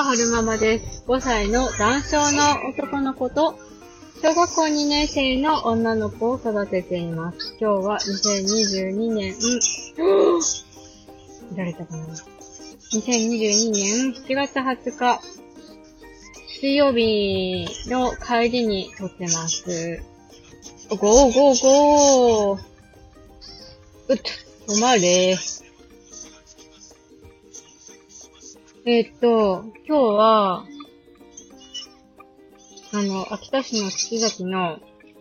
は春ママです。5歳の男性の男の子と、小学校2年生の女の子を育てています。今日は2022年、誰だかな ?2022 年7月20日、水曜日の帰りに撮ってます。ゴーゴーゴー。止まれ。今日は、秋田市の土崎の、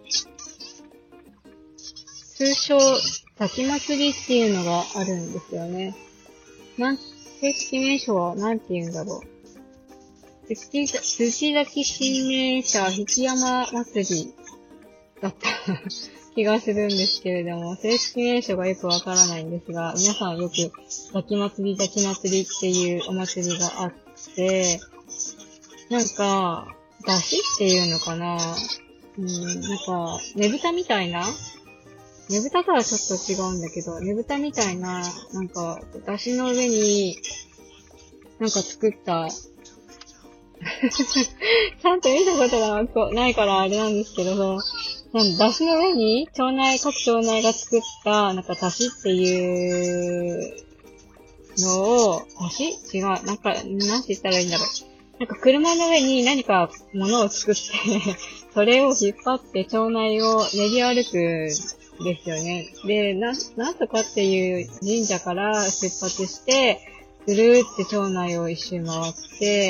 通称、滝祭りっていうのがあるんですよね。正式名称は何て言うんだろう。土崎新名社引山祭りだった気がするんですけれども、正式名称がよくわからないんですが、皆さんよく滝祭りっていうお祭りがあって、なんか、出汁っていうのかななんか、ねぶたみたいなねぶたとはちょっと違うんだけど、ねぶたみたいな、なんか、出汁の上に、なんか作った、ちゃんと見たことがないからあれなんですけど、出汁の上に、各町内が作った、なんか出汁っていうのを、出汁違う。なんて言ったらいいんだろう。なんか車の上に何か物を作って、それを引っ張って町内を練り歩くんですよね。で、なんとかっていう神社から出発して、ぐるーって町内を一周回って、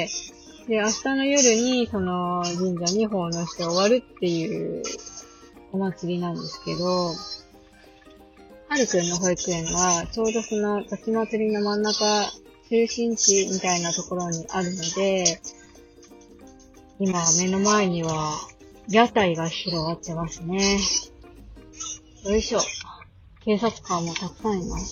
で、明日の夜にその神社に奉納して終わるっていうお祭りなんですけど、はるくんの保育園は、ちょうどその滝祭りの真ん中、中心地みたいなところにあるので、今目の前には屋台が広がってますね。よいしょ。警察官もたくさんいます。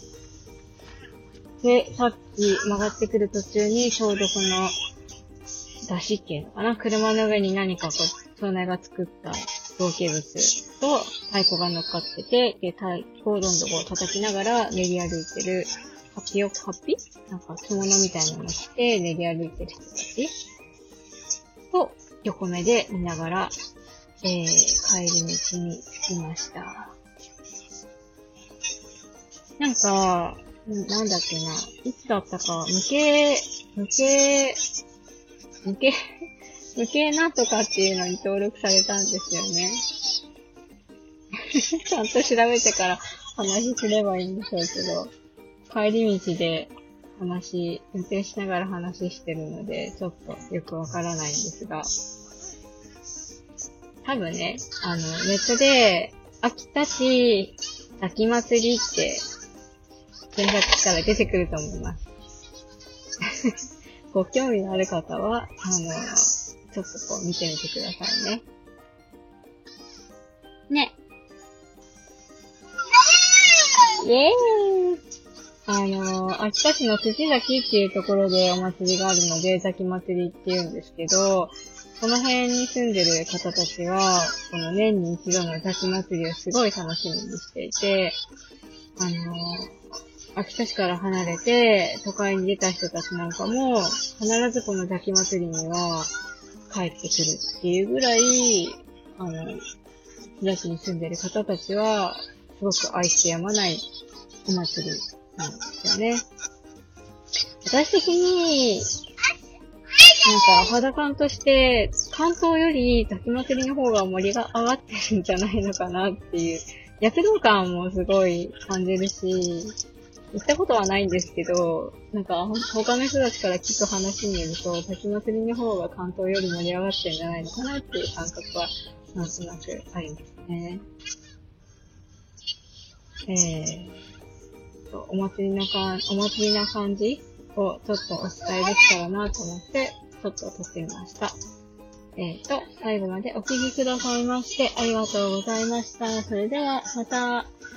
で、さっき曲がってくる途中にちょうどこの出汁っていうのかな、車の上に何か町内が作った造形物と太鼓が乗っかってて、で、太鼓をどんどん叩きながら練り歩いてるハッピなんか着物みたいなの着て練り歩いてる人たちを横目で見ながら、帰り道に着きました。なんか、なんだっけな、いつだったか、無形なんとかっていうのに登録されたんですよね。ちゃんと調べてから話すればいいんでしょうけど、帰り道で運転しながら話してるので、ちょっとよくわからないんですが、多分ね、ネットで、秋田市滝祭りって検索したら出てくると思います。ご興味のある方は、ちょっとこう見てみてくださいね。ね。イェーイ！秋田市の土崎っていうところでお祭りがあるので、滝祭りって言うんですけど、この辺に住んでる方たちは、この年に一度の滝祭りをすごい楽しみにしていて、秋田市から離れて都会に出た人たちなんかも、必ずこの滝祭りには帰ってくるっていうぐらい、木崎に住んでる方たちは、すごく愛してやまないお祭りなんですよね。私的に、なんか肌感として、関東より滝祭りの方が盛りが上がってるんじゃないのかなっていう、躍動感もすごい感じるし、行ったことはないんですけど、なんか他の人たちから聞く話によると、滝祭りの方が関東より盛り上がってるんじゃないのかなっていう感覚は、なんとなくありますね。お祭りな感じをちょっとお伝えできたらなと思って、ちょっと撮ってみました。最後までお聞きくださいましてありがとうございました。それではまた。